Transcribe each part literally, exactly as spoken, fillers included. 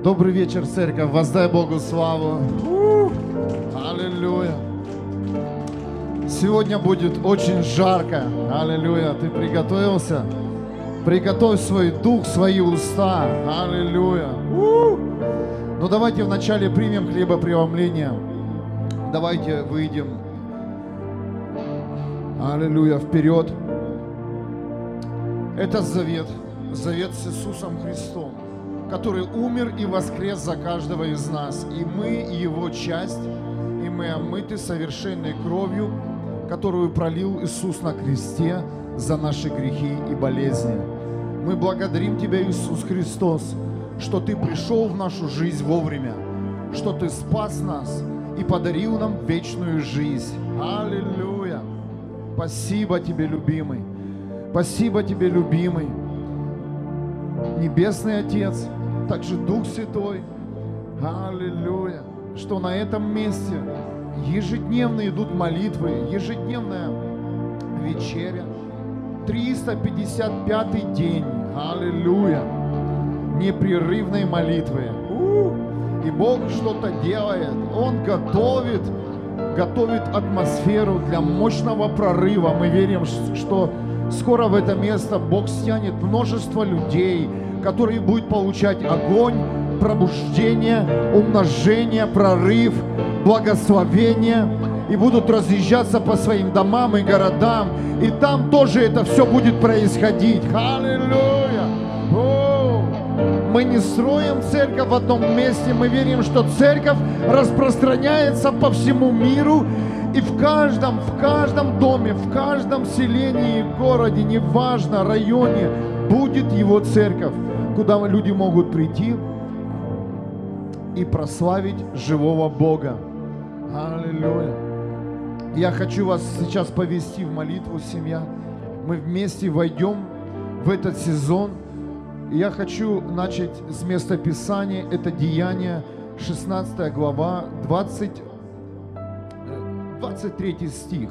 Добрый вечер, церковь. Воздай Богу славу. У-у-у. Аллилуйя. Сегодня будет очень жарко. Аллилуйя. Ты приготовился? Приготовь свой дух, свои уста. Аллилуйя. У-у-у. Ну давайте вначале примем хлебопреломление. Давайте выйдем. Аллилуйя. Вперед. Это завет. Завет с Иисусом Христом, который умер и воскрес за каждого из нас. И мы Его часть, и мы омыты совершенной кровью, которую пролил Иисус на кресте за наши грехи и болезни. Мы благодарим Тебя, Иисус Христос, что Ты пришел в нашу жизнь вовремя, что Ты спас нас и подарил нам вечную жизнь. Аллилуйя! Спасибо Тебе, любимый! Спасибо Тебе, любимый! Небесный Отец, также Дух Святой, аллилуйя, что на этом месте ежедневно идут молитвы, ежедневная вечеря, триста пятьдесят пятый день, аллилуйя, непрерывной молитвы. И Бог что-то делает, Он готовит, готовит атмосферу для мощного прорыва. Мы верим, что скоро в это место Бог стянет множество людей, которые будут получать огонь, пробуждение, умножение, прорыв, благословение, и будут разъезжаться по своим домам и городам, и там тоже это все будет происходить. Аллилуйя! О! Мы не строим церковь в одном месте, мы верим, что церковь распространяется по всему миру, и в каждом, в каждом доме, в каждом селении, городе, неважно, районе, будет Его церковь, куда люди могут прийти и прославить живого Бога. Аллилуйя. Я хочу вас сейчас повести в молитву, семья. Мы вместе войдем в этот сезон. Я хочу начать с места Писания. Это Деяния, шестнадцатая глава, двадцать, двадцать третий стих.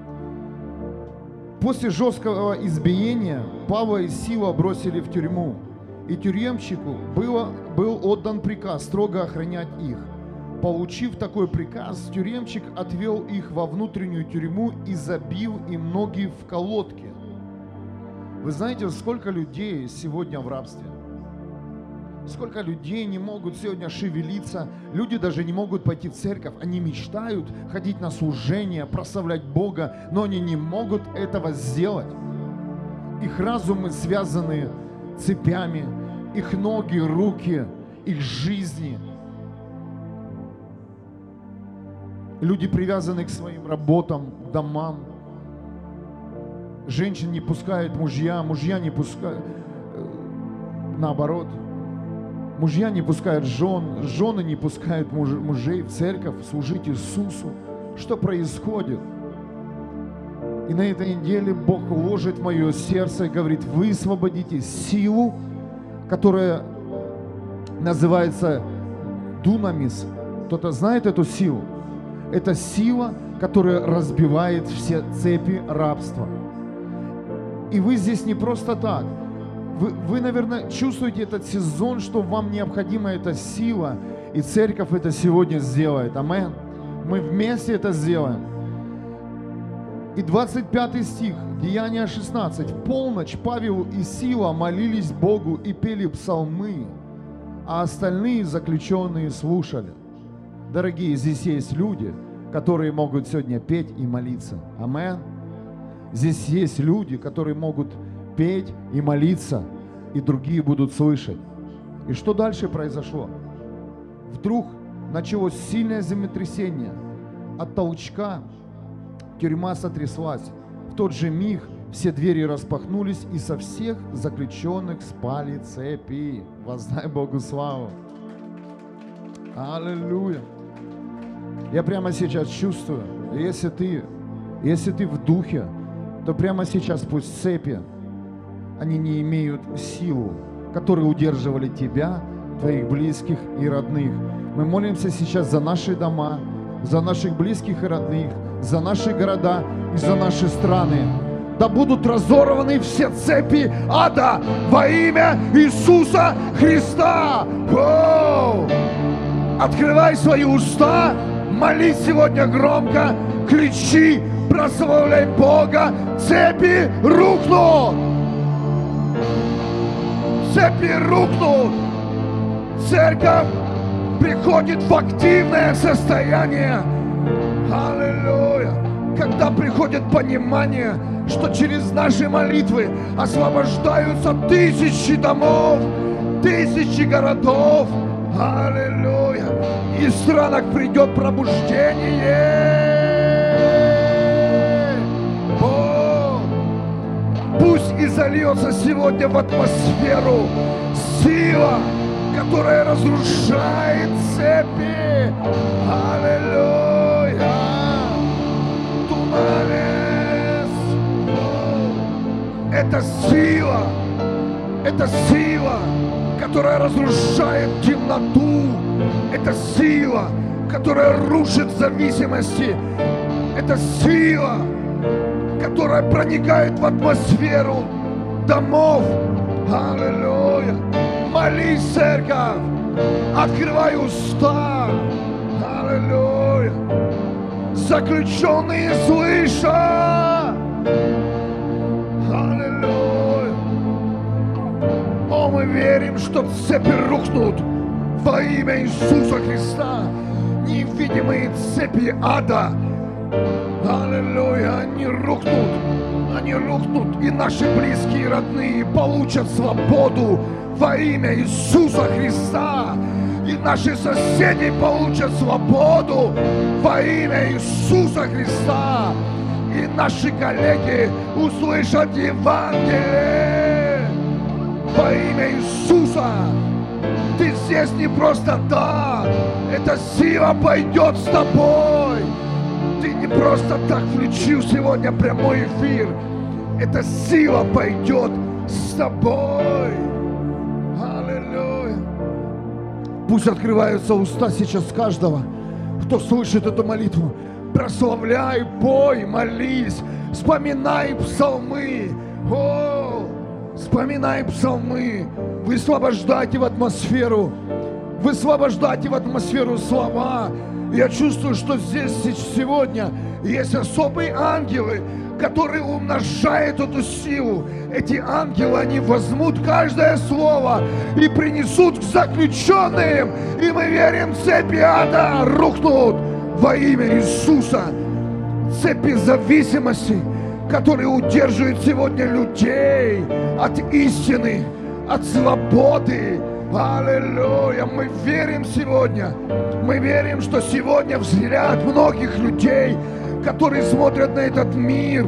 После жесткого избиения Павла и Сила бросили в тюрьму, и тюремщику было, был отдан приказ строго охранять их. Получив такой приказ, тюремщик отвел их во внутреннюю тюрьму и забил им ноги в колодки. Вы знаете, сколько людей сегодня в рабстве? Сколько людей не могут сегодня шевелиться, люди даже не могут пойти в церковь, они мечтают ходить на служение, прославлять Бога, но они не могут этого сделать. Их разумы связаны цепями, их ноги, руки, их жизни. Люди привязаны к своим работам, домам. Женщин не пускают мужья, мужья не пускают, наоборот. Мужья не пускают жен, жены не пускают муж, мужей в церковь служить Иисусу. Что происходит? И на этой неделе Бог ложит в мое сердце и говорит: высвободите силу, которая называется дунамис. Кто-то знает эту силу? Это сила, которая разбивает все цепи рабства. И вы здесь не просто так. Вы, вы, наверное, чувствуете этот сезон, что вам необходима эта сила, и церковь это сегодня сделает. Амин. Мы вместе это сделаем. И двадцать пятый стих, Деяния шестнадцать. В полночь Павел и Сила молились Богу и пели псалмы, а остальные заключенные слушали. Дорогие, здесь есть люди, которые могут сегодня петь и молиться. Амин. Здесь есть люди, которые могут петь и молиться, и другие будут слышать. И что дальше произошло? Вдруг началось сильное землетрясение. От толчка тюрьма сотряслась. В тот же миг все двери распахнулись, и со всех заключенных спали цепи. Воздай Богу славу. Аллилуйя. Я прямо сейчас чувствую, если ты, если ты в духе, то прямо сейчас пусть цепи, они не имеют силу, которые удерживали тебя, твоих близких и родных. Мы молимся сейчас за наши дома, за наших близких и родных, за наши города и за наши страны. Да будут разорваны все цепи ада во имя Иисуса Христа. О! Открывай свои уста, молись сегодня громко, кричи, прославляй Бога, цепи рухнут! Цепи рухнут! Церковь приходит в активное состояние. Аллилуйя! Когда приходит понимание, что через наши молитвы освобождаются тысячи домов, тысячи городов. Аллилуйя! И в странах придет пробуждение. О, пусть и зальется сегодня в атмосферу сила, которая разрушает цепи. Аллилуйя! Туманес! Это сила, это сила, которая разрушает темноту. Это сила, которая рушит зависимости. Это сила, которая проникает в атмосферу домов. Аллилуйя! Молись, церковь! Открывай уста! Аллилуйя! Заключенные слышат! Аллилуйя! О, мы верим, что цепи рухнут во имя Иисуса Христа. Невидимые цепи ада. Аллилуйя! Они рухнут. Они рухнут, и наши близкие и родные получат свободу во имя Иисуса Христа. И наши соседи получат свободу во имя Иисуса Христа. И наши коллеги услышат Евангелие во имя Иисуса. Ты здесь не просто так. Эта сила пойдет с тобой. Ты не просто так включил сегодня прямой эфир. Эта сила пойдет с тобой. Аллилуйя. Пусть открываются уста сейчас каждого, кто слышит эту молитву. Прославляй, пой, молись, вспоминай псалмы. О, вспоминай псалмы. Высвобождайте в атмосферу. Высвобождайте в атмосферу слова. Я чувствую, что здесь сегодня есть особые ангелы, которые умножают эту силу. Эти ангелы, они возьмут каждое слово и принесут к заключенным. И мы верим, цепи ада рухнут во имя Иисуса. Цепи зависимости, которые удерживают сегодня людей от истины, от свободы. Аллилуйя! Мы верим сегодня, мы верим, что сегодня взгляд многих людей, которые смотрят на этот мир,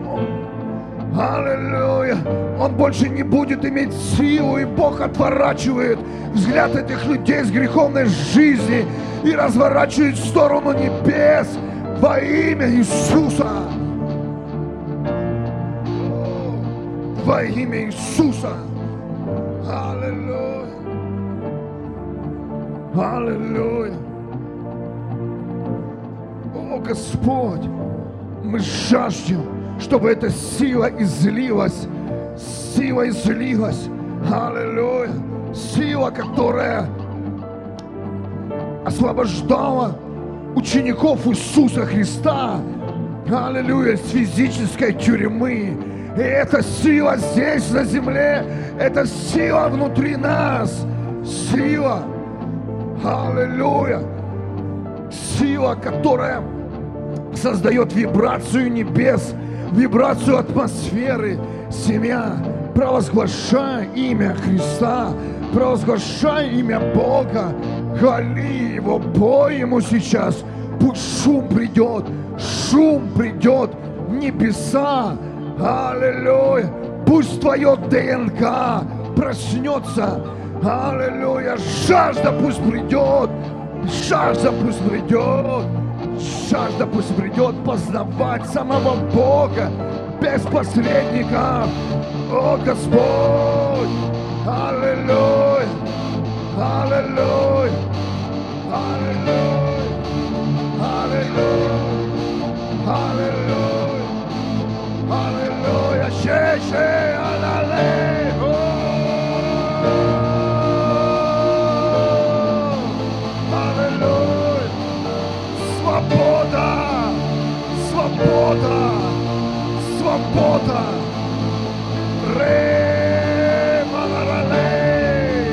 аллилуйя, он больше не будет иметь силу, и Бог отворачивает взгляд этих людей с греховной жизни и разворачивает в сторону небес во имя Иисуса. Во имя Иисуса. Аллилуйя. Аллилуйя. О, Господь, мы жаждем, чтобы эта сила излилась. Сила излилась. Аллилуйя. Сила, которая освобождала учеников Иисуса Христа. Аллилуйя. С физической тюрьмы. И эта сила здесь, на земле, это сила внутри нас. Сила. Аллилуйя. Сила, которая создает вибрацию небес, вибрацию атмосферы. Семья, провозглашай имя Христа, провозглашай имя Бога, хвали Его, пой Ему сейчас. Пусть шум придет, шум придет в небеса. Аллилуйя. Пусть твое ДНК проснется. Аллилуйя. Жажда пусть придет. Жажда пусть придет. Жажда пусть придет познавать самого Бога без посредников. О, Господь. Аллилуйя. Аллилуйя. Аллилуйя. Аллилуйя. Аллилуйя. Аллилуйя. Шеше, аллилуйя. Аллилуйя. Свобода! Свобода! Свобода! Ре-ма-ра-ра-лей!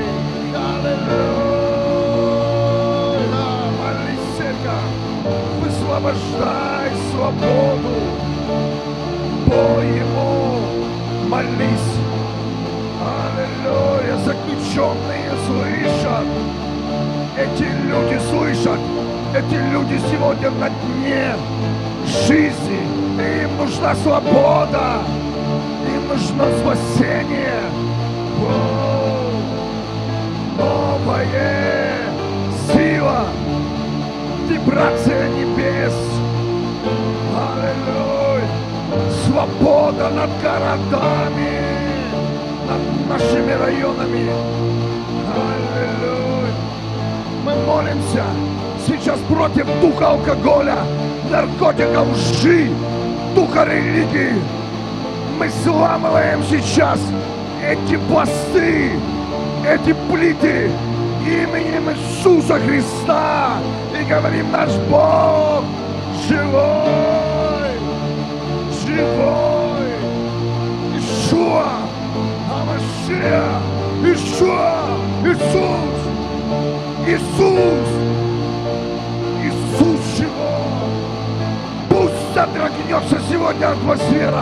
Аллилуйя! Молись, церковь! Высвобождай свободу! По Ему молись! Аллилуйя! Заключенные слышат! Эти люди слышат! Эти люди сегодня на дне жизни! Им нужна свобода! Им нужно спасение! Воу! Новая сила! Вибрация небес! Аллилуйя! Свобода над городами! Над нашими районами! Аллилуйя! Мы молимся сейчас против духа алкоголя, наркотиков, лжи, духа религии. Мы сламываем сейчас эти пласты, эти плиты именем Иисуса Христа и говорим: наш Бог живой, живой, Иешуа, Амашиах, Иешуа, Иисус, Иисус, Иисус живой. Пусть содрогнется сегодня атмосфера,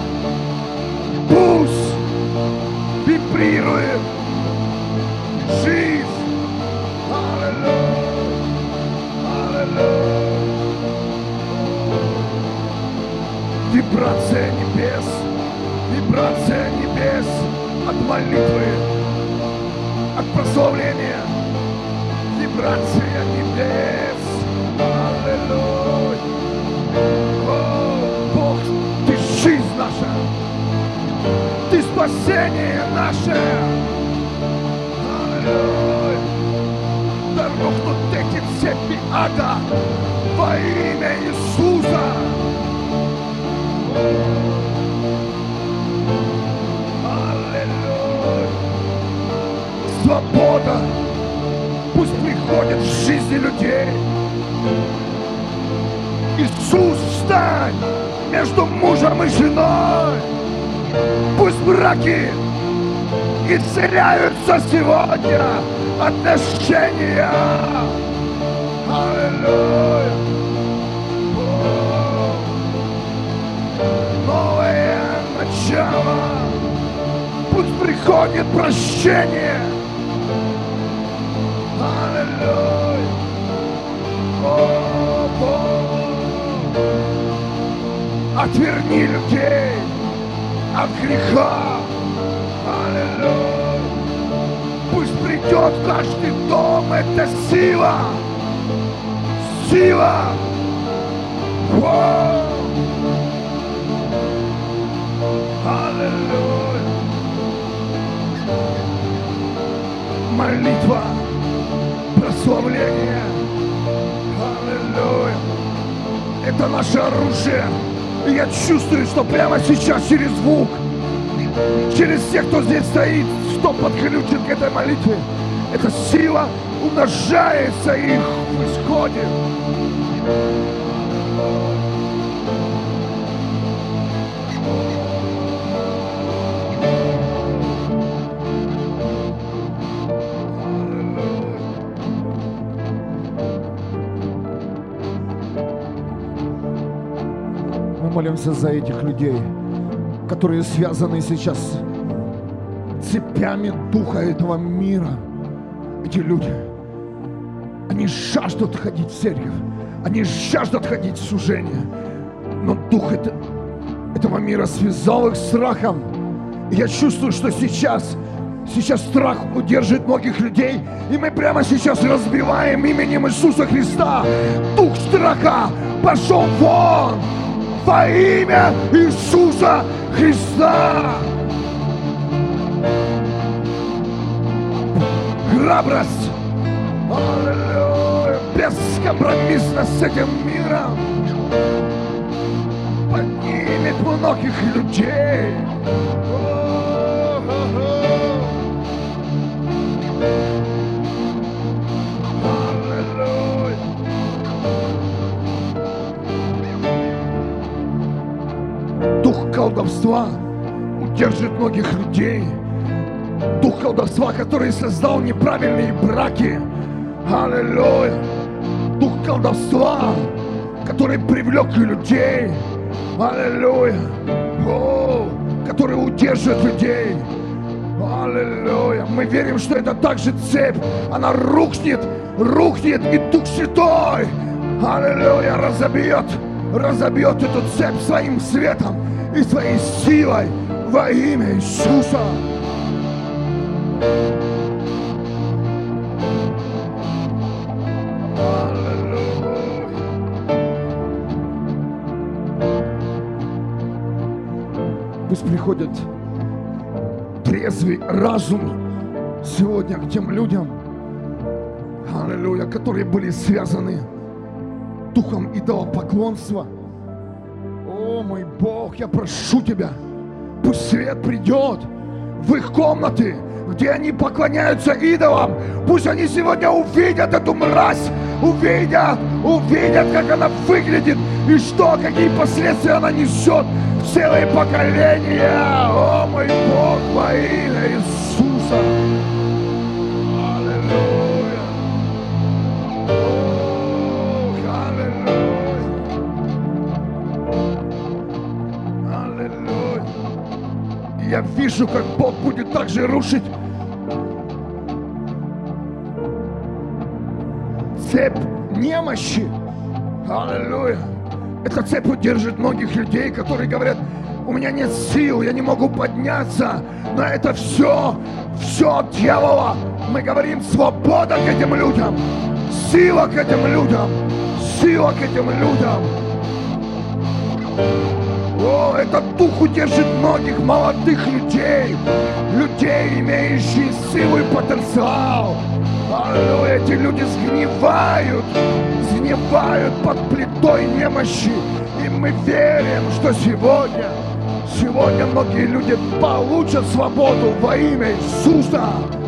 пусть вибрирует жизнь. Аллилуйя, аллилуйя. Вибрация небес, вибрация небес от молитвы, от прославления. Вибрация небес. Аллилуйя. О, Бог, Ты жизнь наша. Ты спасение наше. Аллилуйя. Да рухнут эти цепи ада во имя Иисуса. Аллилуйя. Свобода пусть приходит в жизни людей. Иисус, встань между мужем и женой. Пусть браки исцеляются сегодня. Отношения. Аллилуйя. Новое начало. Пусть приходит прощение. Аллилуйя. О, Бог. Отверни людей от греха. Аллилуйя. Пусть придет в каждый дом эта сила. Сила. Вау. Аллилуйя. Молитва. Прославление. Аллилуйя. Это наше оружие. И я чувствую, что прямо сейчас через звук, через тех, кто здесь стоит, кто подключен к этой молитве, эта сила умножается и исходит. Мы молимся за этих людей, которые связаны сейчас цепями духа этого мира. Эти люди, они жаждут ходить в церковь, они жаждут ходить в служение, но дух это, этого мира связал их страхом. И я чувствую, что сейчас, сейчас страх удержит многих людей, и мы прямо сейчас разбиваем именем Иисуса Христа. Дух страха пошел вон во имя Иисуса Христа. Храбрость, аллилуйя, бескомпромиссность с этим миром поднимет многих людей. Аллилуйя. колдовства удержит многих людей. Дух колдовства, который создал неправильные браки. Аллилуйя. Дух колдовства, который привлек людей. Аллилуйя. О, который удержит людей. Аллилуйя. Мы верим, что это также цепь. Она рухнет, рухнет, и Дух Святой, аллилуйя, разобьет, разобьет эту цепь своим светом и своей силой во имя Иисуса. Пусть приходит трезвый разум сегодня к тем людям, аллилуйя, которые были связаны духом идолопоклонства. О, мой Бог, я прошу Тебя, пусть свет придет в их комнаты, где они поклоняются идолам. Пусть они сегодня увидят эту мразь, увидят, увидят, как она выглядит и что, какие последствия она несет в целые поколения. О, мой Бог, во имя Иисуса. Аллилуйя. О, аллилуйя. Аллилуйя. И я вижу, как Бог будет также рушить цепь немощи. Аллилуйя. Эта цепь удержит многих людей, которые говорят: у меня нет сил, я не могу подняться. Но это все, все от дьявола. Мы говорим: свобода к этим людям, сила к этим людям, сила к этим людям. О, этот дух удержит многих молодых людей, людей, имеющих силу и потенциал. Аллилуйя, эти люди сгнивают, сгнивают под плитой немощи. И мы верим, что сегодня, сегодня многие люди получат свободу во имя Иисуса.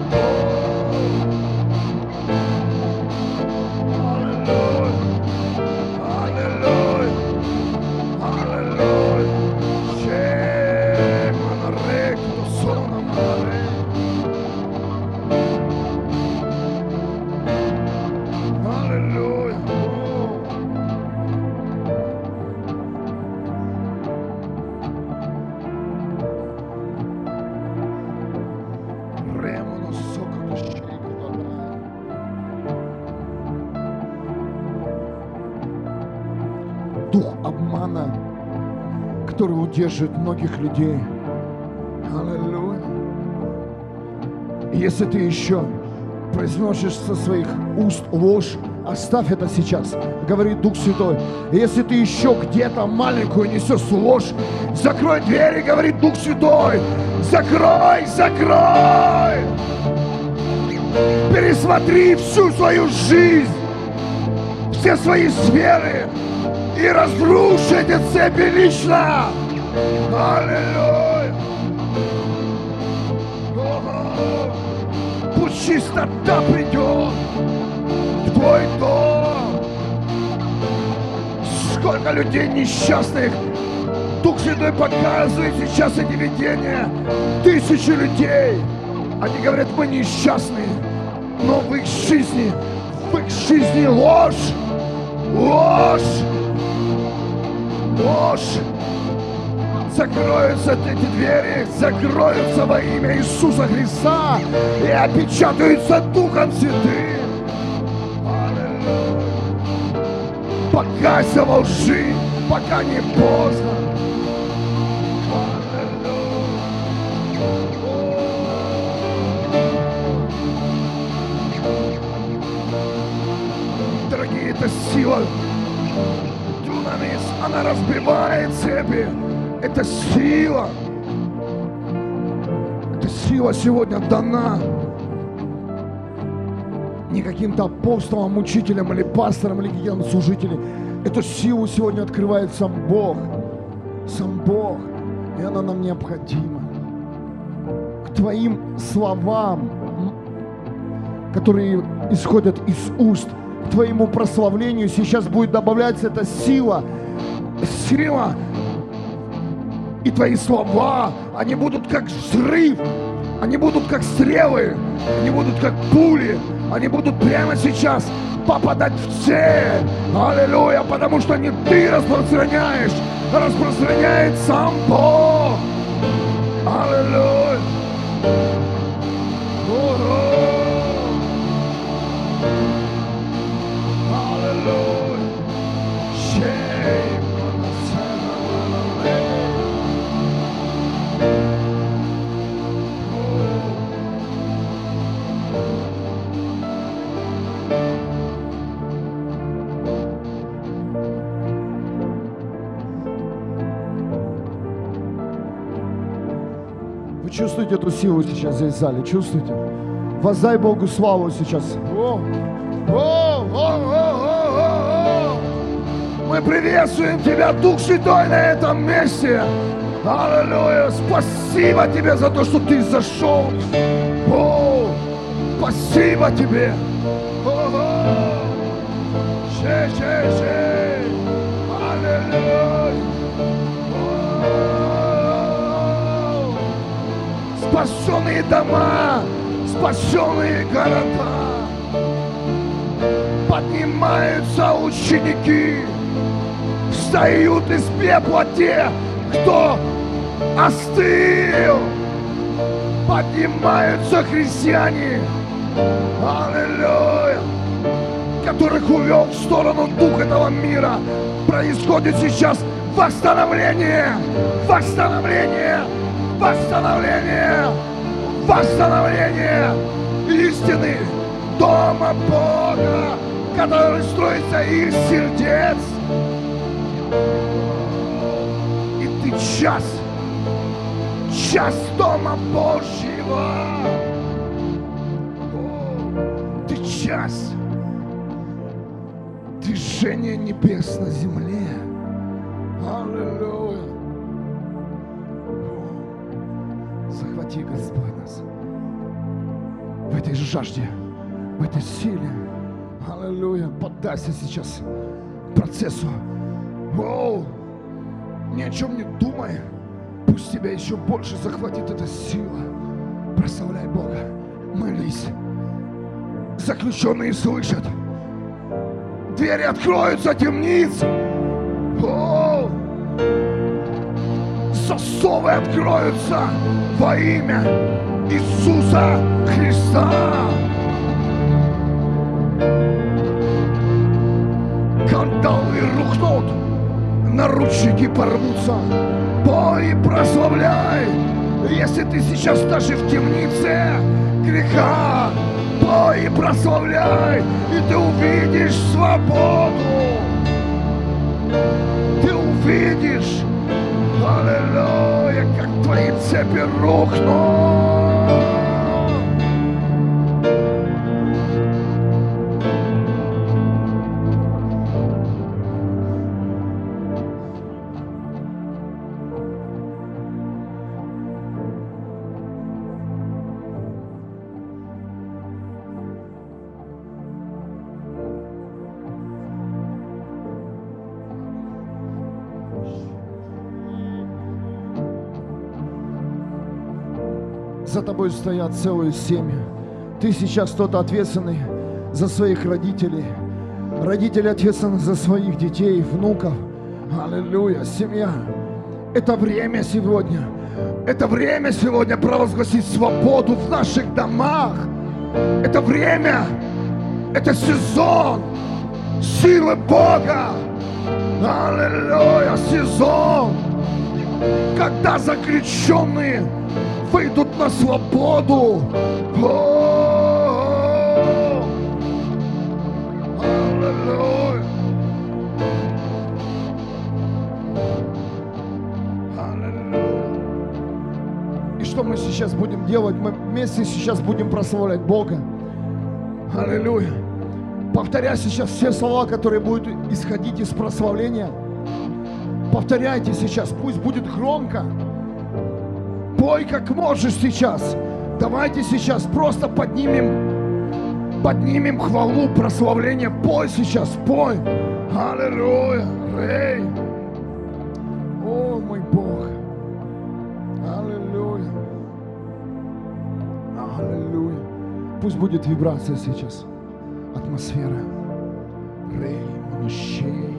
Дух обмана, который удерживает многих людей. Аллилуйя. Если ты еще произносишь со своих уст ложь, оставь это сейчас, говорит Дух Святой. Если ты еще где-то маленькую несешь ложь, закрой двери, говорит Дух Святой. Закрой, закрой. Пересмотри всю свою жизнь, все свои сферы и разрушь эти цепи лично. Аллилуйя. Пусть чистота придет в твой дом. Сколько людей несчастных. Дух Святой показывает сейчас эти видения. Тысячи людей. Они говорят: мы несчастные. Но в их жизни, в их жизни ложь. Ложь. Ложь. Закроются эти двери, закроются во имя Иисуса Христа и опечатаются Духом Святым. Аллилуйя. Покайся во лжи, пока не поздно. Дорогие, это сила. Дюнамис, она разбивает цепи. Это сила. Эта сила сегодня дана не каким-то апостолам, учителям или пасторам, или каким-то служителям. Эту силу сегодня открывает сам Бог. Сам Бог. И она нам необходима. К твоим словам, которые исходят из уст, к твоему прославлению сейчас будет добавляться эта сила. Сила И твои слова, они будут как взрыв, они будут как стрелы, они будут как пули, они будут прямо сейчас попадать в цель. Аллилуйя, потому что не ты распространяешь, а распространяет сам Бог. Аллилуйя. Аллилуйя. Вы чувствуете эту силу сейчас здесь в зале? Чувствуете? Воздай Богу славу сейчас. О, о, о, о, о, о. Мы приветствуем Тебя, Дух Святой, на этом месте. Аллилуйя. Спасибо Тебе за то, что Ты зашел. О, спасибо Тебе. О, шей, шей, шей. Аллилуйя. Спасенные дома, спасенные города, поднимаются ученики, встают из пепла те, кто остыл, поднимаются христиане, аллилуйя, которых увел в сторону дух этого мира. Происходит сейчас восстановление, восстановление. Восстановление, восстановление истины дома Бога, который строится из сердец. И ты час, час дома Божьего. О, ты час движения небес на земле. Аллилуйя. Захвати, Господь, нас в этой жажде, в этой силе. Аллилуйя. Поддайся сейчас процессу. Воу. Ни о чем не думай. Пусть тебя еще больше захватит эта сила. Прославляй Бога. Молись. Заключенные слышат. Двери откроются темниц. Воу. Засовы откроются во имя Иисуса Христа. Кандалы рухнут, наручники порвутся. Пой и прославляй, если ты сейчас даже в темнице греха. Пой и прославляй, и ты увидишь свободу. Ты увидишь, аллилуйя, как твои цепи рухнут. За тобой стоят целые семьи. Ты сейчас тот ответственный за своих родителей. Родители ответственны за своих детей, внуков. Аллилуйя, семья. Это время сегодня. Это время сегодня провозгласить свободу в наших домах. Это время. Это сезон силы Бога. Аллилуйя, сезон, когда заключенные выйдут на свободу. О-о-о! Аллилуйя! Аллилуйя! И что мы сейчас будем делать? Мы вместе сейчас будем прославлять Бога. Аллилуйя! Повторяй сейчас все слова, которые будут исходить из прославления. Повторяйте сейчас, пусть будет громко. Пой как можешь сейчас. Давайте сейчас просто поднимем, поднимем хвалу, прославление. Пой сейчас, пой. Аллилуйя, Рей. О, мой Бог. Аллилуйя. Аллилуйя. Пусть будет вибрация сейчас. Атмосфера. Рей, мощей.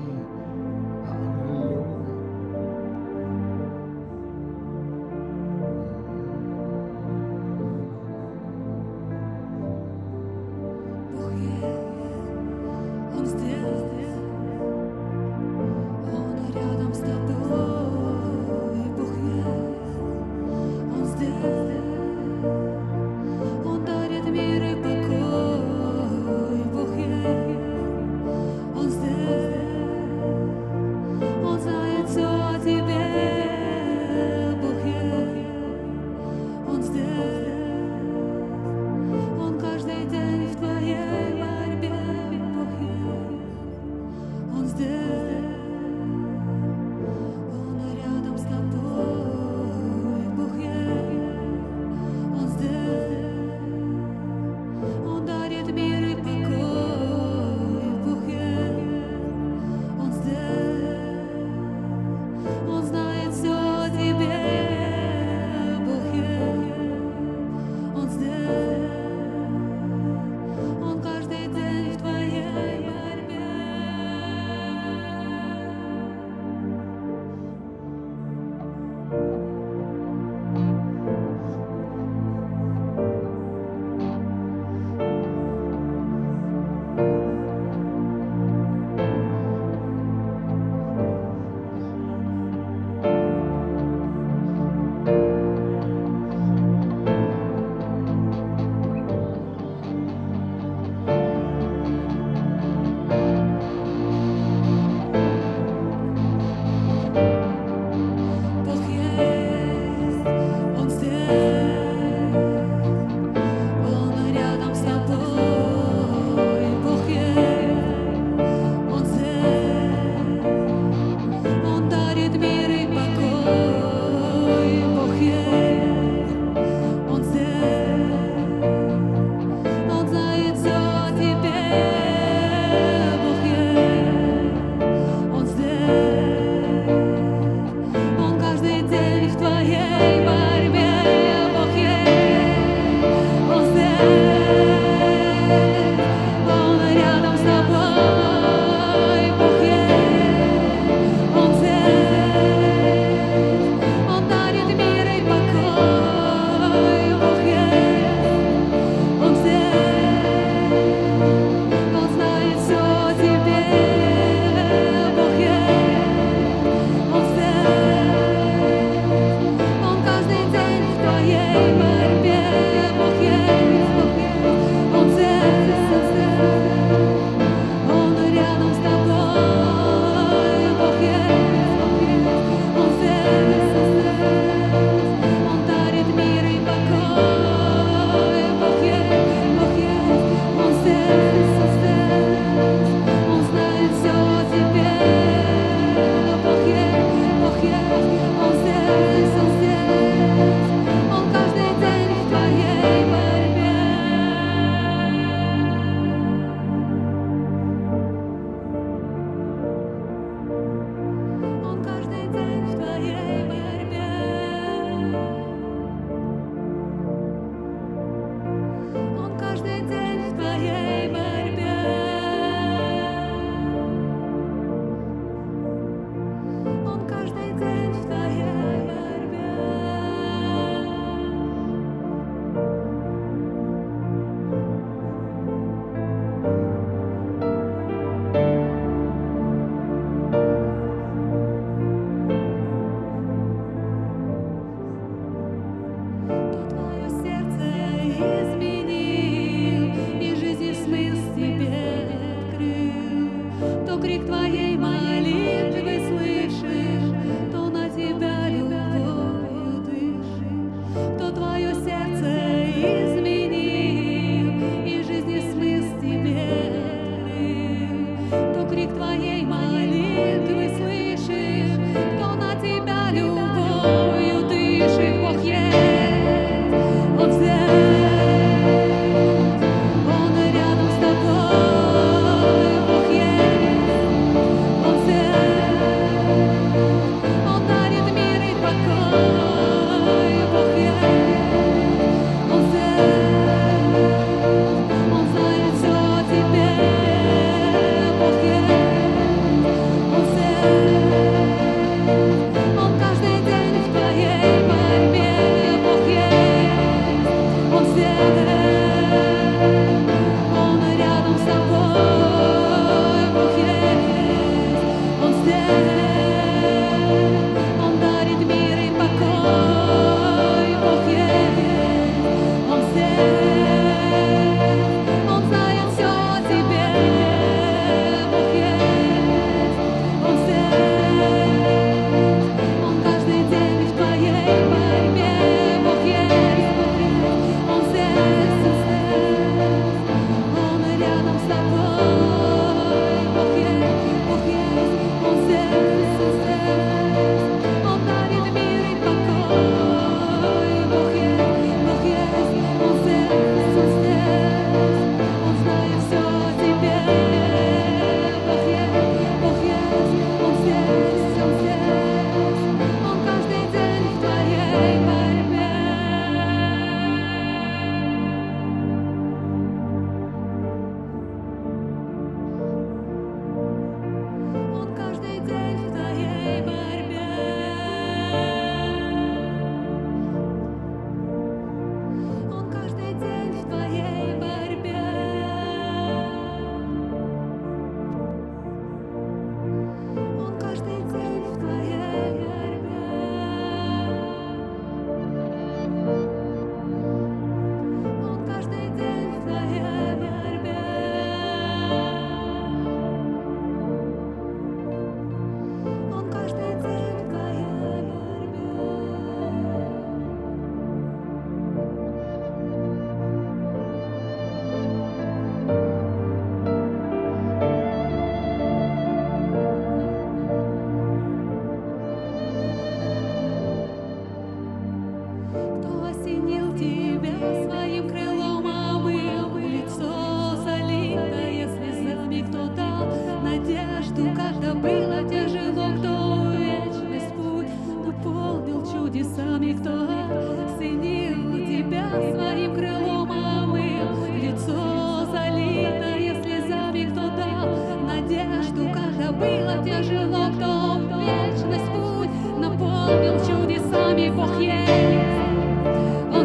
тяжело, кто в вечность путь наполнил чудесами. Бог есть, Он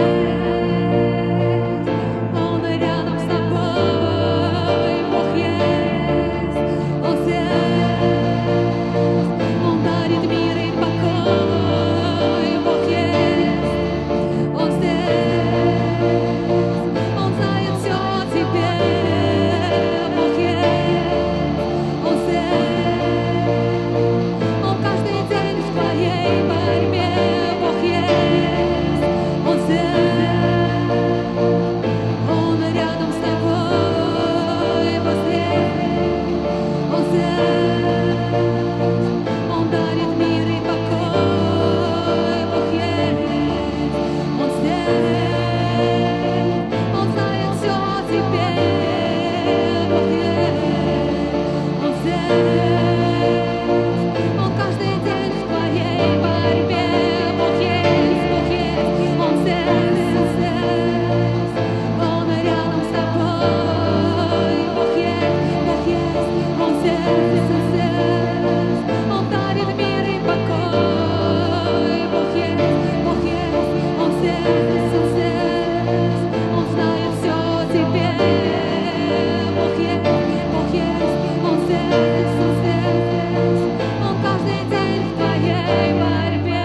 здесь, Он рядом с тобой. Бог есть, Он здесь, Он дарит мир и покой. Бог есть, Он здесь, Он знает все о тебе. Бог есть, Он здесь, Он каждый день в твоей борьбе. Бог есть, Он здесь, Он рядом с тобой. Бог здесь, Он здесь, Он дарит мир и покой. Бог есть, Он здесь, Он знает все о тебе. Бог есть, Он здесь, Он каждый день в твоей борьбе. Бог есть, Бог есть, Он здесь, Он здесь, Он рядом с тобой. Бог есть, Бог есть, Он здесь, Он здесь, Он дарит мир и покой. Бог есть, Бог есть, Он здесь, Он здесь, Он знает все о тебе. Бог есть, Бог есть, Он здесь, Он здесь, Он каждый день в твоей борьбе.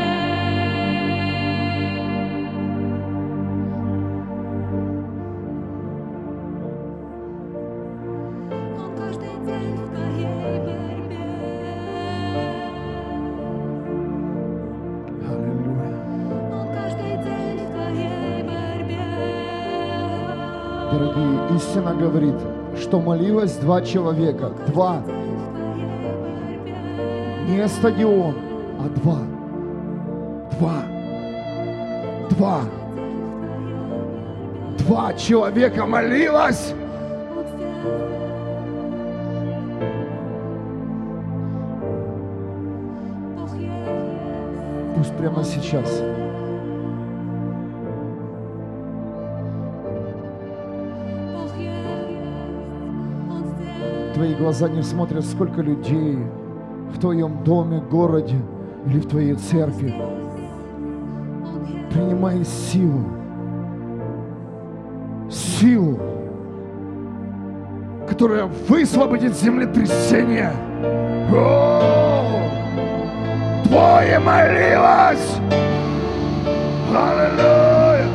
Он каждый день в твоей борьбе. Аллилуйя. Он каждый день в твоей борьбе. Дорогие, истина говорит, что молилось два человека. Два. Не стадион, а два. Два. Два. Два человека молилось. Бог есть, Пусть прямо сейчас Бог есть, Он здесь. твои глаза не смотрят, сколько людей в твоем доме, городе или в твоей церкви. Принимай силу. Силу, Которая высвободит землетрясение. О! Двое молилось. Аллилуйя.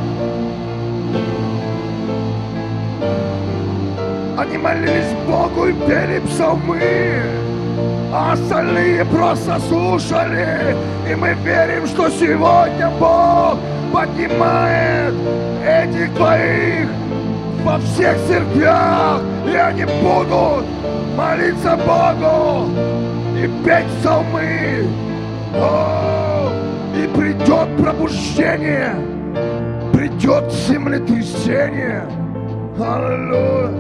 Они молились Богу и пели псалмы, а остальные просто слушали. И мы верим, что сегодня Бог поднимает этих двоих во всех церквях, и они будут молиться Богу и петь псалмы. О, и придет пробуждение, придет землетрясение. Аллилуйя.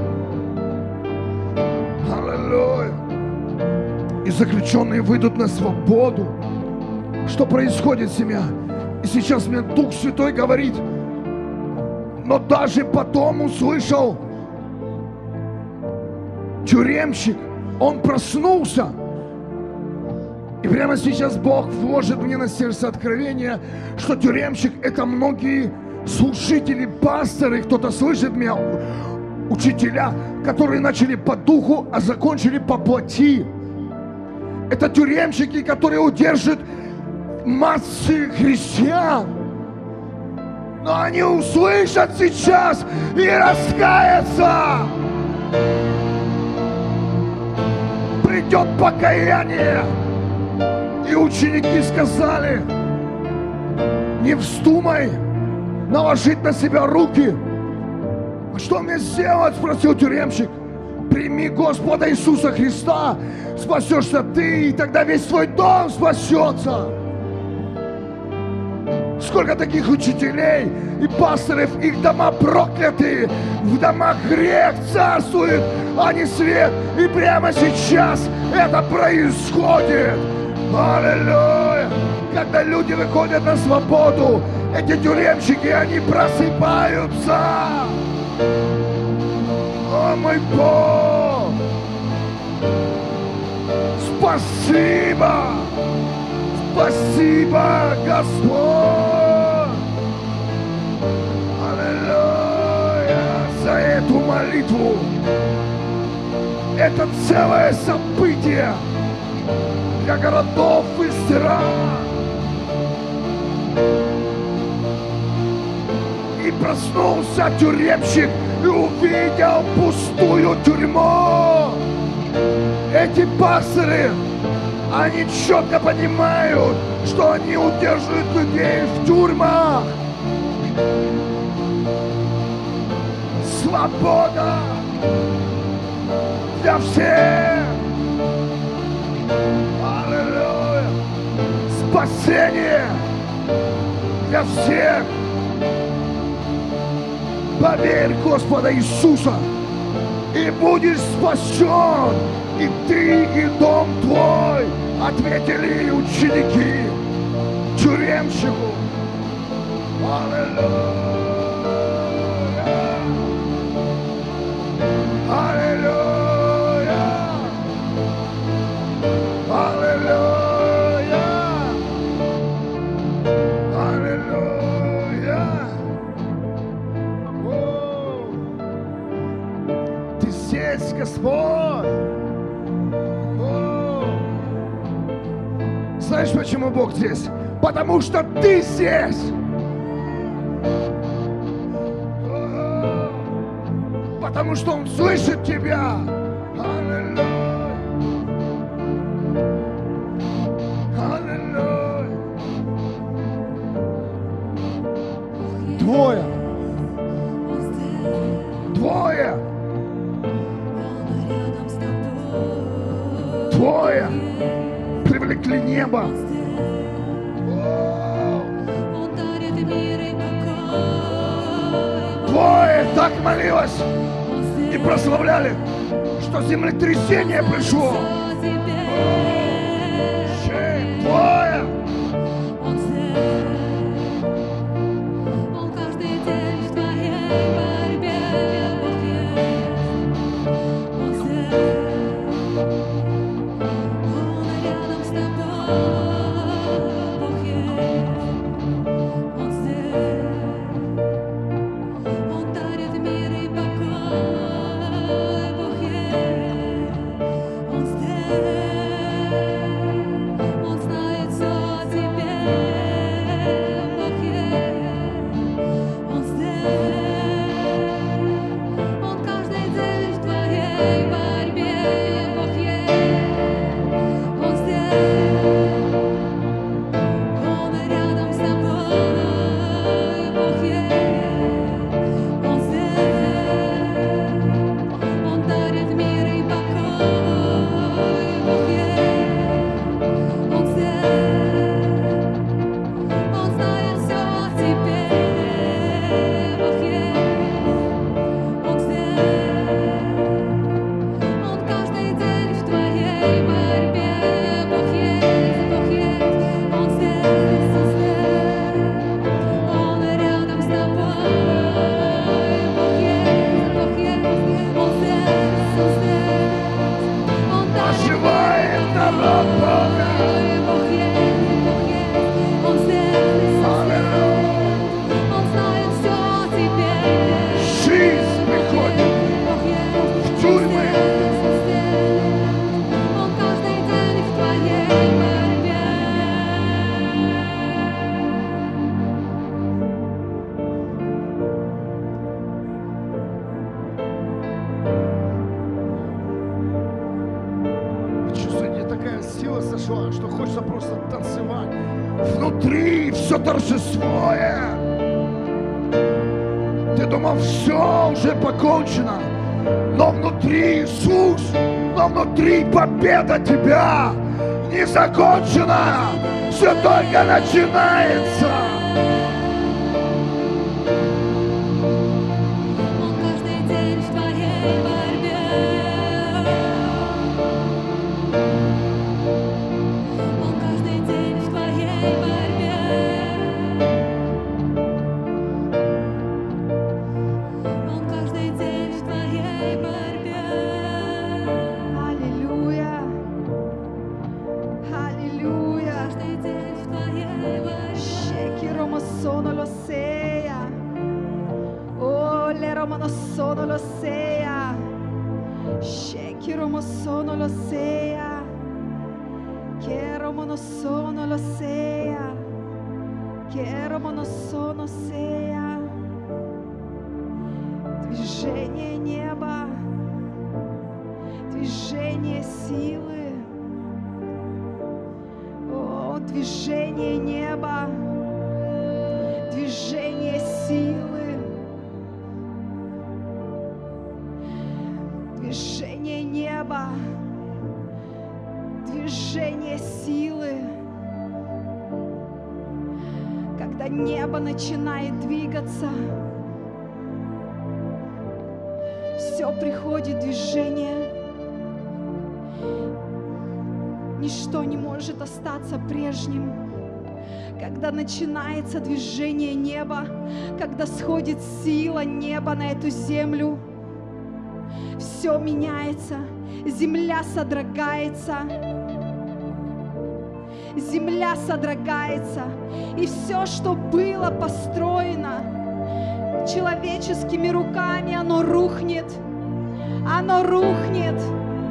Аллилуйя. И заключенные выйдут на свободу. Что происходит, семья? И сейчас мне Дух Святой говорит, но даже потом услышал тюремщик, он проснулся. И прямо сейчас Бог вложит мне на сердце откровение, что тюремщик — это многие служители, пасторы, кто-то слышит меня, учителя, которые начали по духу, а закончили по плоти. Это тюремщики, которые удержат массы христиан. Но они услышат сейчас и раскаятся. Придет покаяние. И ученики сказали, не вздумай наложить на себя руки. А что мне сделать? Спросил тюремщик. Прими Господа Иисуса Христа, спасешься ты, и тогда весь твой дом спасется. Сколько таких учителей и пасторов, их дома прокляты, в домах грех царствует, а не свет. И прямо сейчас это происходит. Аллилуйя! Когда люди выходят на свободу, эти тюремщики, они просыпаются. О, мой Бог! Спасибо! Спасибо, Господь! Аллилуйя! За эту молитву! Это целое событие для городов и стран. И проснулся тюремщик и увидел пустую тюрьму. Эти пастыри, они четко понимают, что они удерживают людей в тюрьмах. Свобода для всех. Аллилуйя. Спасение для всех. Поверь в Господа Иисуса, и будешь спасен, и ты, и дом твой, ответили ученики тюремщику. Аллилуйя! Аллилуйя! Аллилуйя! Аллилуйя! Ты здесь, Господь! Знаешь, почему Бог здесь? Потому что ты здесь! Потому что Он слышит тебя! Аллилуйя! Аллилуйя! Двое. Двое! Двое привлекли небо. Двое так молилось и прославляли, что землетрясение пришло. Двое! Внутри все торжествует. Ты думал, все уже покончено, но внутри Иисус, но внутри победа тебя не закончена, все только начинается. sono lo sea. Oh, le romono sono lo sea. Sheki romo sono lo sea. Che romono sono lo sea. Che romono sono sea. Движение неба, движение силы. О, движение неба, движение силы. Движение неба, движение силы. Когда небо начинает двигаться, все приходит в движение. Ничто не может остаться прежним. Когда начинается движение неба, когда сходит сила неба на эту землю, все меняется, земля содрогается, земля содрогается, и все, что было построено человеческими руками, оно рухнет, оно рухнет,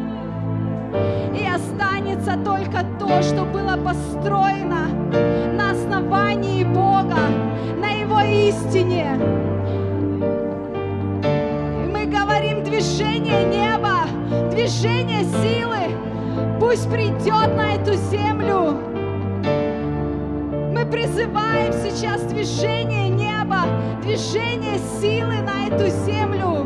и останется только то, что было построено на основании Бога, на Его истине. И мы говорим: движение неба, движение силы, пусть придет на эту землю. Мы призываем сейчас движение неба, движение силы на эту землю.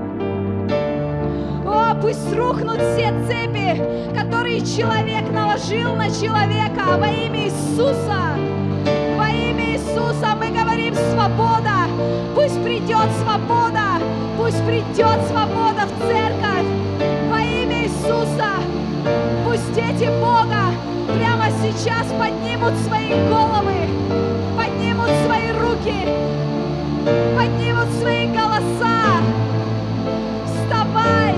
О, пусть рухнут все цепи, которые человек наложил на человека во имя Иисуса. Во имя Иисуса мы говорим: свобода, пусть придет свобода, пусть придет свобода в церковь. Во имя Иисуса, пусть дети Бога прямо сейчас поднимут свои головы, поднимут свои руки, поднимут свои голоса. Вставай,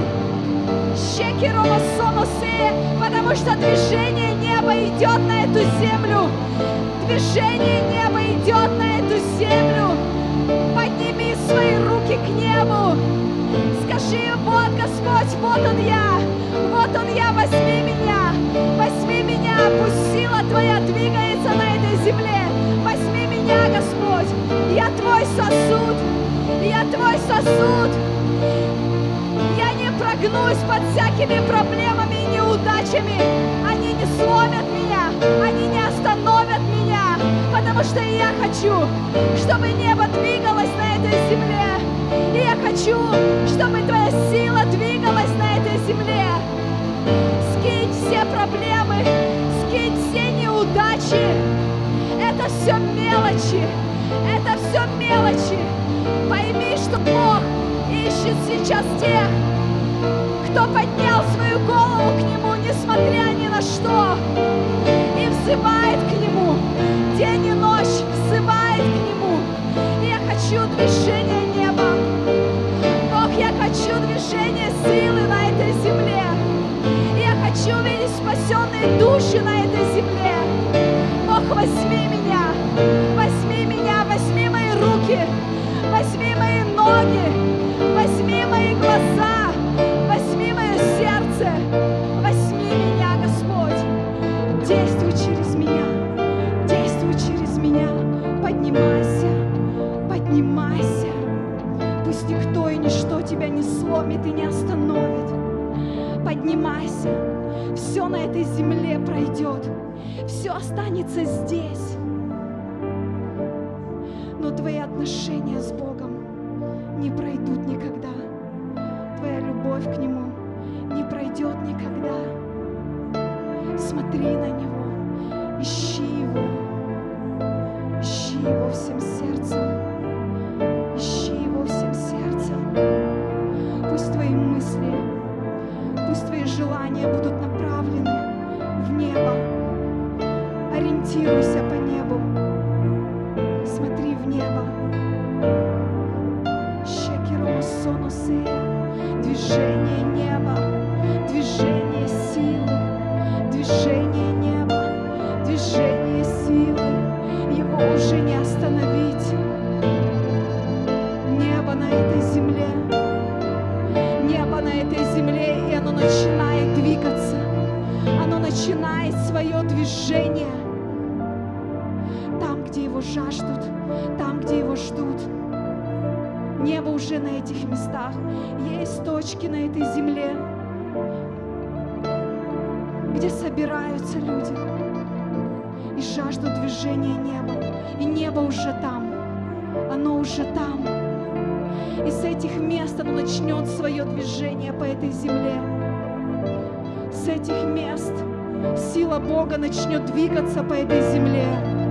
потому что движение неба идет на эту землю. Движение неба идет на эту землю. Подними свои руки к небу. Скажи: вот Господь, вот Он я, вот Он я, возьми меня, возьми меня, пусть сила Твоя двигается на этой земле. Возьми меня, Господь, я Твой сосуд, я Твой сосуд. Я не прогнусь под всякими проблемами и неудачами. Они не сломят меня, они не остановят меня, потому что я хочу, чтобы небо двигалось на этой земле. И я хочу, чтобы Твоя сила двигалась на этой земле. Скинь все проблемы, скинь все неудачи. Это все мелочи, это все мелочи. Пойми, что Бог ищет сейчас тех, кто поднял свою голову к Нему, несмотря ни на что, и взывает к Нему день и ночь, взывает к Нему. И я хочу движения неба. Бог, я хочу движения силы на этой земле. И я хочу видеть спасенные души на этой земле. Бог, возьми меня, возьми меня, возьми мои руки, возьми мои ноги, возьми мои глаза, возьми мое сердце, возьми меня, Господь. Действуй через меня, действуй через меня. Поднимайся, поднимайся. Пусть никто и ничто тебя не сломит и не остановит. Поднимайся. Все на этой земле пройдет, все останется здесь. Но твои отношения с Богом не пройдут никогда. Твоя любовь к Нему не пройдет никогда. Смотри на Него, ищи Его, ищи Его всем сердцем, ищи Его всем сердцем. Пусть твои мысли, пусть твои желания будут направлены в небо. Ориентируйся по небу, смотри в небо. Движение неба, движение силы, движение неба, движение силы. Его уже не остановить. начинает двигаться, оно начинает свое движение. Там, где его жаждут, там, где его ждут. Небо уже на этих местах. Есть точки на этой земле, где собираются люди и жаждут движения неба. И небо уже там, оно уже там. И с этих мест оно начнет свое движение по этой земле. С этих мест сила Бога начнет двигаться по этой земле.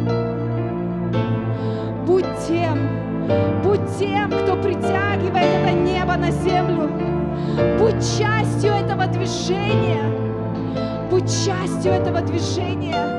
Будь тем, будь тем, кто притягивает это небо на землю. Будь частью этого движения. Будь частью этого движения.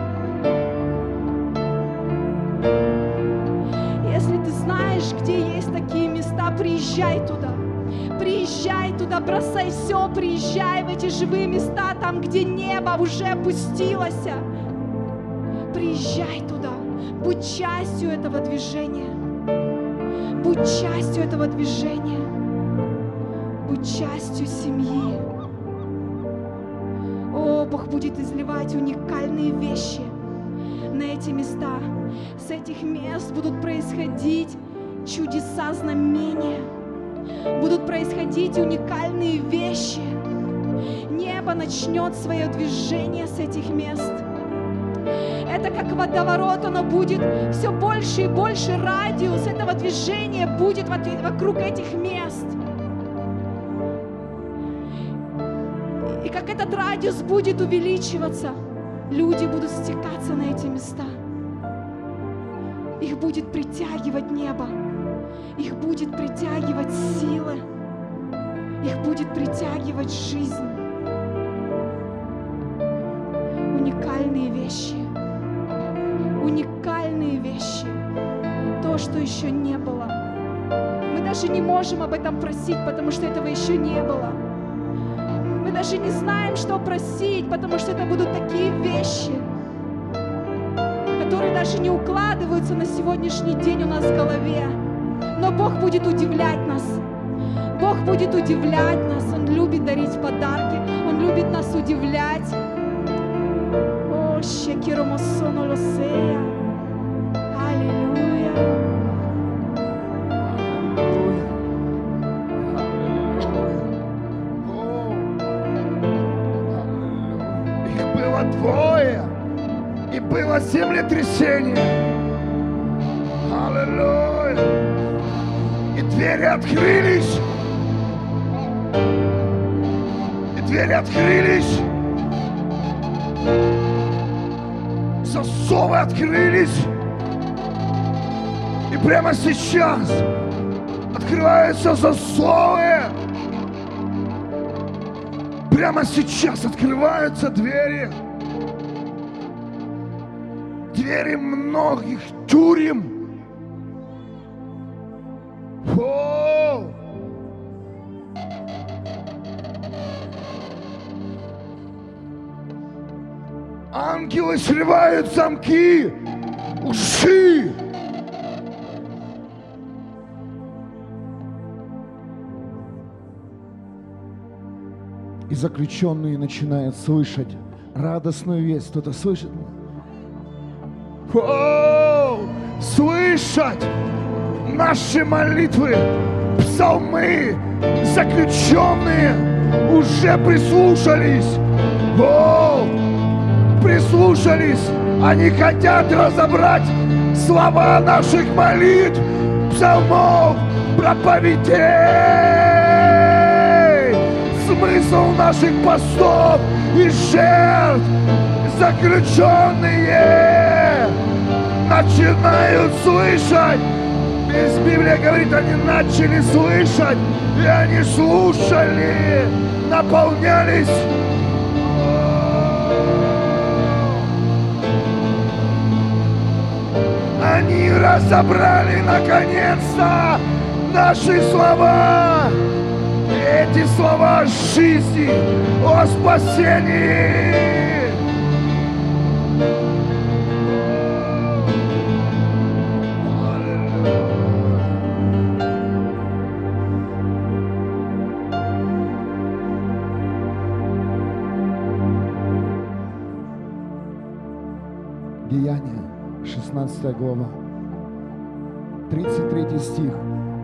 Если ты знаешь, где есть такие места, приезжай туда. Приезжай туда, бросай все, приезжай в эти живые места, там, где небо уже опустилось. Приезжай туда. Будь частью этого движения. Будь частью этого движения. Будь частью семьи. О, Бог будет изливать уникальные вещи на эти места. С этих мест будут происходить чудеса, знамения. Будут происходить уникальные вещи. Небо начнет свое движение с этих мест. Это как водоворот, оно будет все больше и больше, радиус этого движения будет вокруг этих мест. И как этот радиус будет увеличиваться, люди будут стекаться на эти места. Их будет притягивать небо, их будет притягивать силы, их будет притягивать жизнь. Уникальные вещи. Уникальные вещи. То, что еще не было. Мы даже не можем об этом просить, потому что этого еще не было. Мы даже не знаем, что просить, потому что это будут такие вещи, которые даже не укладываются на сегодняшний день у нас в голове. Но Бог будет удивлять нас. Бог будет удивлять нас. Он любит дарить подарки. Он любит нас удивлять. О, щекиромосоно лосея. Аллилуйя. Их было двое, и было землетрясение. Аллилуйя. И двери открылись. И двери открылись. Засовы открылись. И прямо сейчас открываются засовы. Прямо сейчас открываются двери. Двери многих тюрем. О! Ангелы срывают замки, уши. И заключенные начинают слышать радостную весть. Кто-то слышит? О! Слышать наши молитвы, псалмы, заключенные уже прислушались. О! Прислушались. Они хотят разобрать слова наших молитв, псалмов, проповедей, смысл наших постов и жертв. Заключенные начинают слышать. Из Библии говорит, они начали слышать, и они слушали, наполнялись. Они разобрали наконец-то наши слова. Эти слова жизни, о спасении. Деяния, шестнадцатая глава, тридцать третий стих.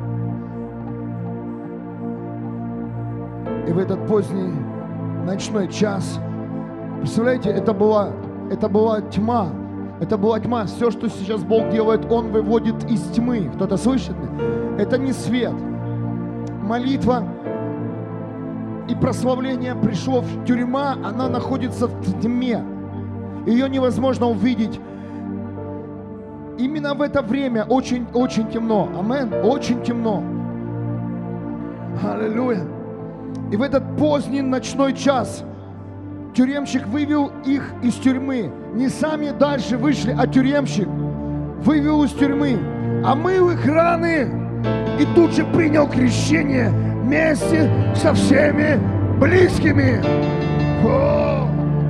И в этот поздний ночной час, представляете, это была, это была тьма. Это была тьма. Все, что сейчас Бог делает, Он выводит из тьмы. Кто-то слышит? Это не свет. Молитва и прославление пришло в тюрьма, она находится в тьме. Ее невозможно увидеть. Именно в это время очень-очень темно. Амен. Очень темно. Аллилуйя. И в этот поздний ночной час тюремщик вывел их из тюрьмы. Не сами дальше вышли, а тюремщик вывел из тюрьмы, омыл их раны и тут же принял крещение вместе со всеми близкими. О!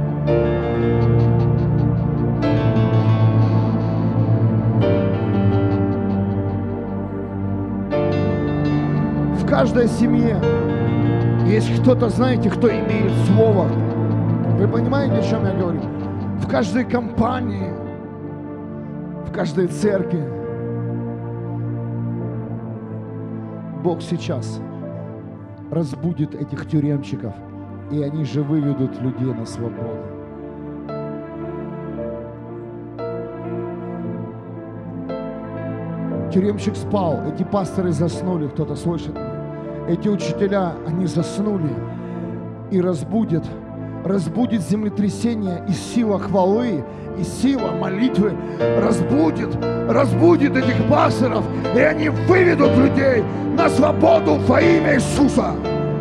В каждой семье есть кто-то, знаете, кто имеет слово. Вы понимаете, о чем я говорю? В каждой компании, в каждой церкви Бог сейчас разбудит этих тюремщиков, и они же выведут людей на свободу. Тюремщик спал, эти пасторы заснули, кто-то слышит? Эти учителя, они заснули, и разбудят, разбудит землетрясение, и сила хвалы, и сила молитвы разбудит, разбудит этих пасторов, и они выведут людей на свободу во имя Иисуса.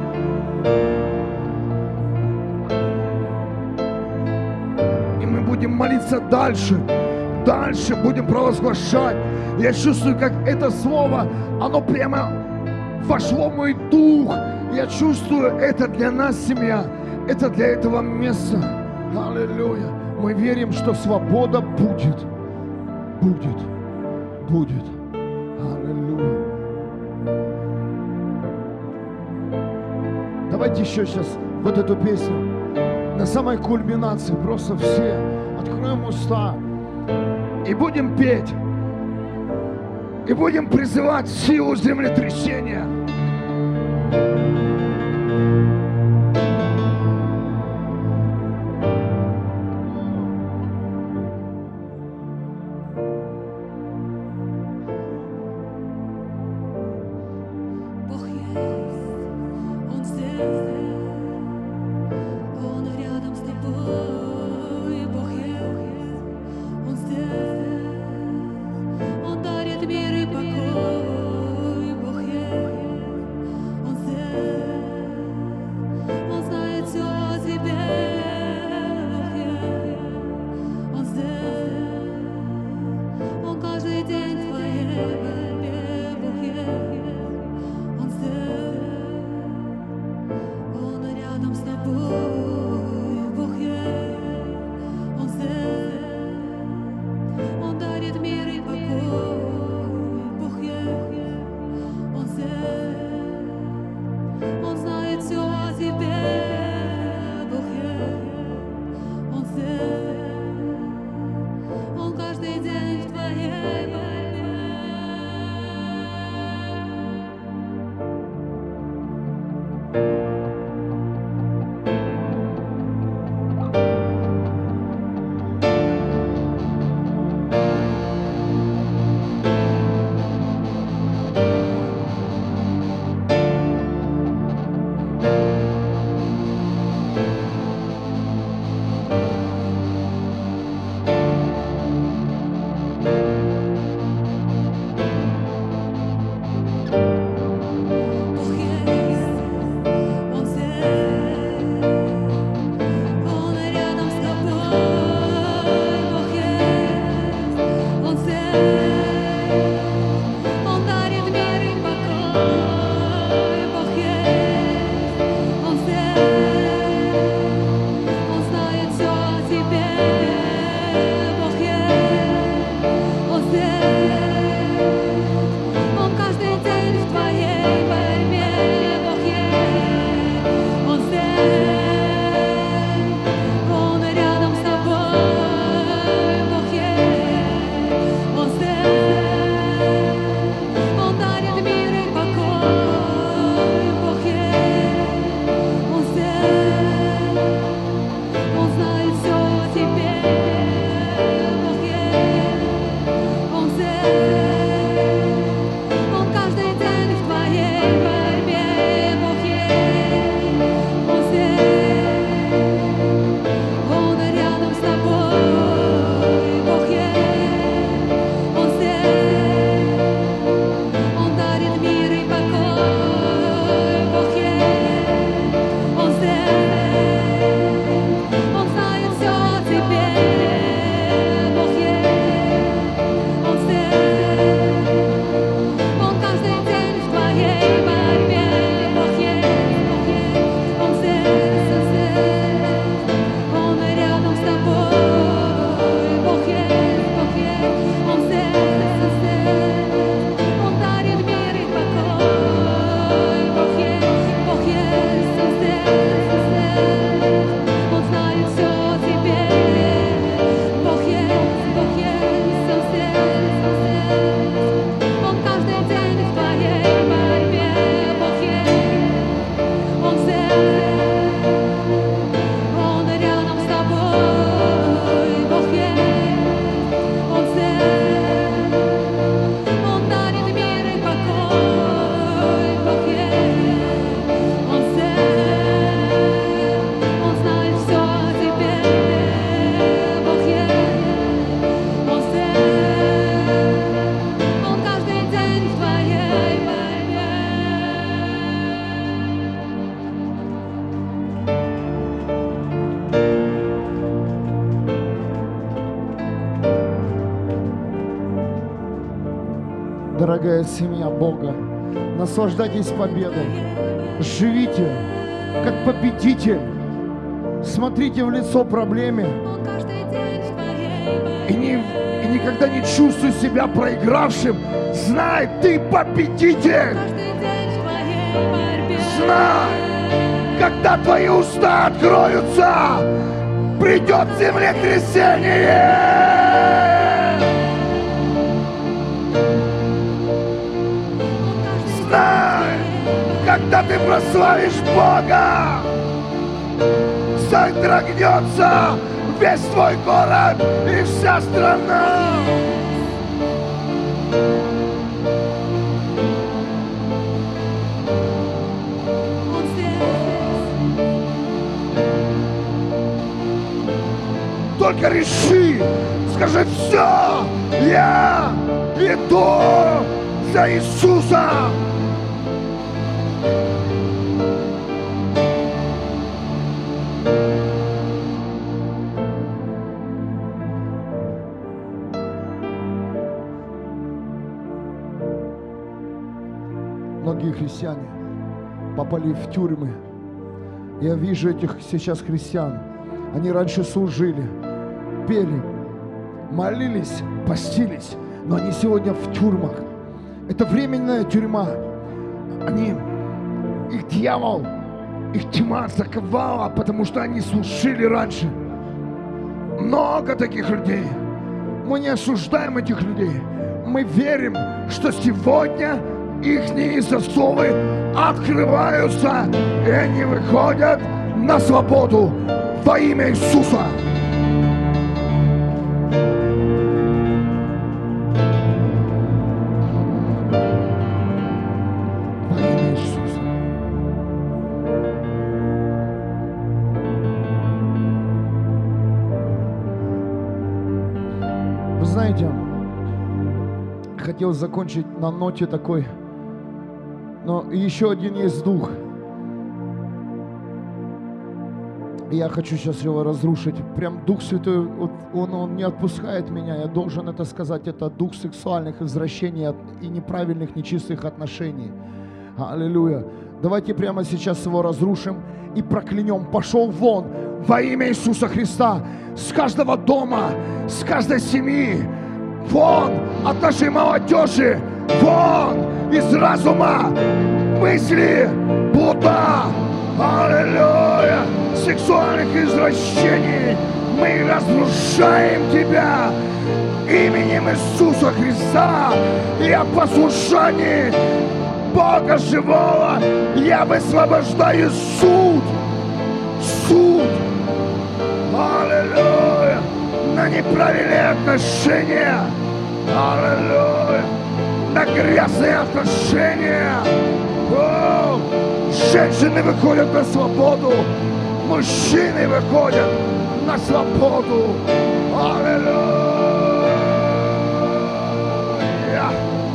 И мы будем молиться дальше, дальше будем провозглашать. Я чувствую, как это слово, оно прямо вошло в мой дух. Я чувствую, это для нас семья, это для этого места. Аллилуйя. Мы верим, что свобода будет, будет, будет. Аллилуйя. Давайте еще сейчас вот эту песню на самой кульминации, просто все откроем уста и будем петь. И будем призывать силу землетрясения. Бог есть, Он здесь, Он рядом с тобой. Бог есть, Он здесь, Он дарит мир и покой. Бог есть, Он здесь, Он знает все о тебе. Бог есть, Он здесь, Он каждый день в твоей борьбе. Бог есть, Он здесь, Он рядом с тобой. Бог есть, Он здесь, Он дарит мир и покой. Бог есть, Он здесь, Он знает все о тебе. Бог есть, Он здесь, Он каждый день в твоей борьбе. Бог есть, Он здесь, Он рядом с тобой. Бог есть, Он здесь, Он дарит мир и покой. Бог есть, Он здесь, Он знает все о тебе. Бог есть, Он здесь, Он каждый день в твоей борьбе. Бог есть, Он здесь, Он рядом с тобой. Бог есть, дорогая семья Бога. Наслаждайтесь победой. Живите как победитель. Смотрите в лицо проблеме. И, не, и никогда не чувствуй себя проигравшим. Знай, ты победитель. Знай, когда твои уста откроются, придет землетрясение. Знай, когда ты прославишь Бога, содрогнется весь твой город и вся страна. Только реши, скажи: все, я иду за Иисусом. Многие христиане попали в тюрьмы. Я вижу этих сейчас христиан. Они раньше служили, пели, молились, постились, но они сегодня в тюрьмах. Это временная тюрьма. Они, их дьявол, их тьма заковала, потому что они служили раньше. Много таких людей. Мы не осуждаем этих людей. Мы верим, что сегодня ихние засовы открываются, и они выходят на свободу во имя Иисуса. Во имя Иисуса. Вы знаете, хотел закончить на ноте такой, но еще один есть дух. И я хочу сейчас его разрушить. Прям Дух Святой, вот он, он не отпускает меня. Я должен это сказать. Это дух сексуальных извращений и неправильных, нечистых отношений. Аллилуйя. Давайте прямо сейчас его разрушим и проклянем. Пошел вон Во имя Иисуса Христа с каждого дома, с каждой семьи. Вон от нашей молодежи. Вон из разума мысли блуда. Аллилуйя! Сексуальных извращений мы разрушаем тебя именем Иисуса Христа. И о послушании Бога живого я высвобождаю суд. Суд. Аллилуйя! На неправильные отношения. Аллилуйя! На грязные отношения. О! Женщины выходят на свободу. Мужчины выходят на свободу. Аллилуйя.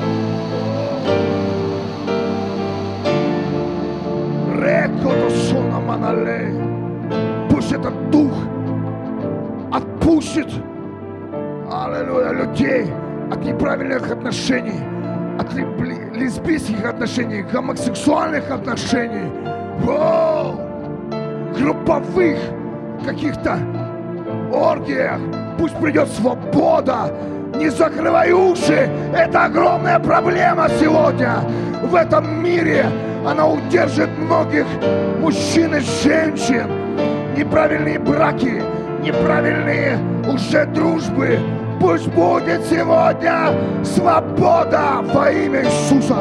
Рекотосона маналей. Пусть этот дух отпустит, аллилуйя, людей от неправильных отношений, от лесбийских отношений, гомосексуальных отношений, о, групповых каких-то оргиях. Пусть придет свобода. Не закрывай уши. Это огромная проблема сегодня в этом мире. Она удержит многих мужчин и женщин. Неправильные браки, неправильные уже дружбы. Пусть будет сегодня свобода во имя Иисуса.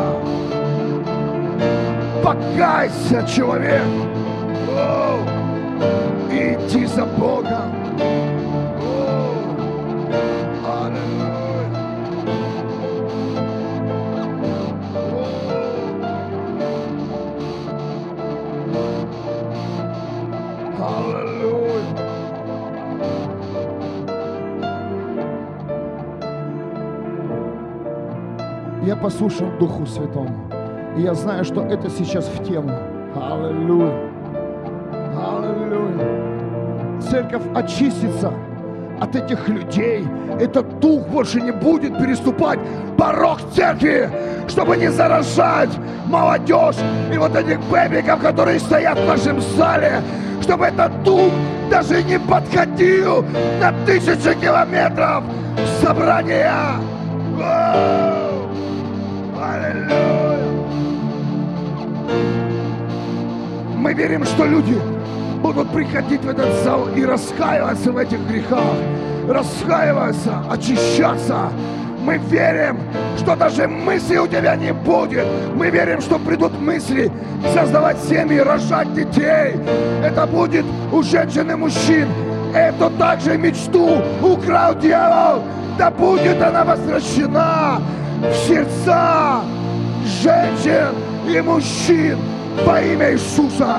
Покайся, человек. О, иди за Богом. О, аллилуйя. О, аллилуйя. Я послушал Духу Святому. И я знаю, что это сейчас в тему. Аллилуйя. Аллилуйя. Церковь очистится от этих людей. Этот дух больше не будет переступать порог церкви, чтобы не заражать молодежь и вот этих бэбиков, которые стоят в нашем зале, чтобы этот дух даже не подходил на тысячи километров в собрания. Воу! Аллилуйя! Мы верим, что люди будут приходить в этот зал и раскаиваться в этих грехах, раскаиваться, очищаться. Мы верим, что даже мысли у тебя не будет. Мы верим, что придут мысли создавать семьи, рожать детей. Это будет у женщин и мужчин. Эту также мечту украл дьявол. Да будет она возвращена в сердца женщин и мужчин во имя Иисуса.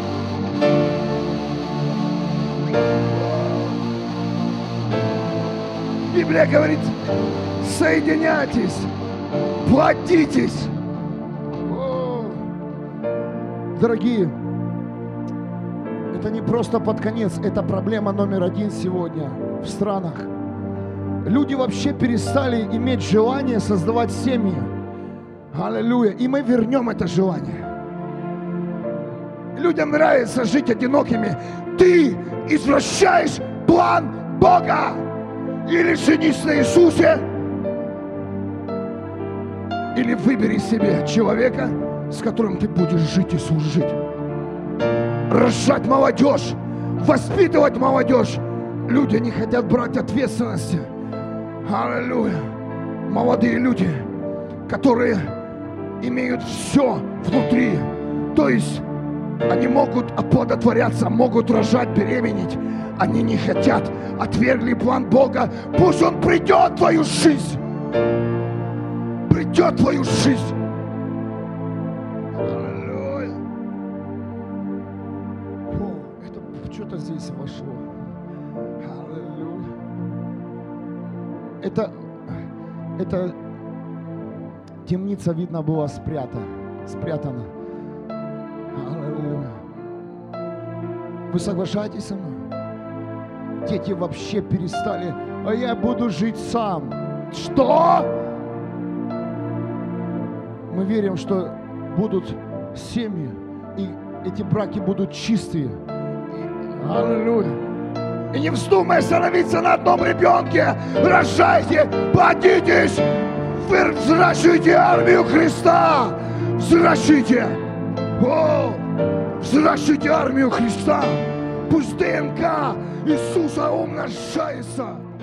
Библия говорит: соединяйтесь, плодитесь. О, дорогие, это не просто под конец, это проблема номер один сегодня в странах. Люди вообще перестали иметь желание создавать семьи. Аллилуйя. И мы вернем это желание. Людям нравится жить одинокими. Ты извращаешь план Бога. Или женись на Иисусе, или выбери себе человека, с которым ты будешь жить и служить. Рожать молодежь, воспитывать молодежь. Люди не хотят брать ответственности. Аллилуйя. Молодые люди, которые имеют все внутри. То есть они могут оплодотворяться, могут рожать, беременеть. Они не хотят, отвергли план Бога. Пусть Он придет в твою жизнь. Придет в твою жизнь. Аллилуйя. О, это что-то здесь вошло. Аллилуйя. Это, это темница, видно, была спрятана. спрятана. Аллилуйя. Вы соглашаетесь со мной? Дети вообще перестали, а я буду жить сам. Что? Мы верим, что будут семьи, и эти браки будут чистые. Аллилуйя. И не вздумай остановиться на одном ребенке. Рожайте, плодитесь, вы взращивайте армию Христа. Взращивайте. О, взращивайте армию Христа. Пусть ДНК Иисуса умножается.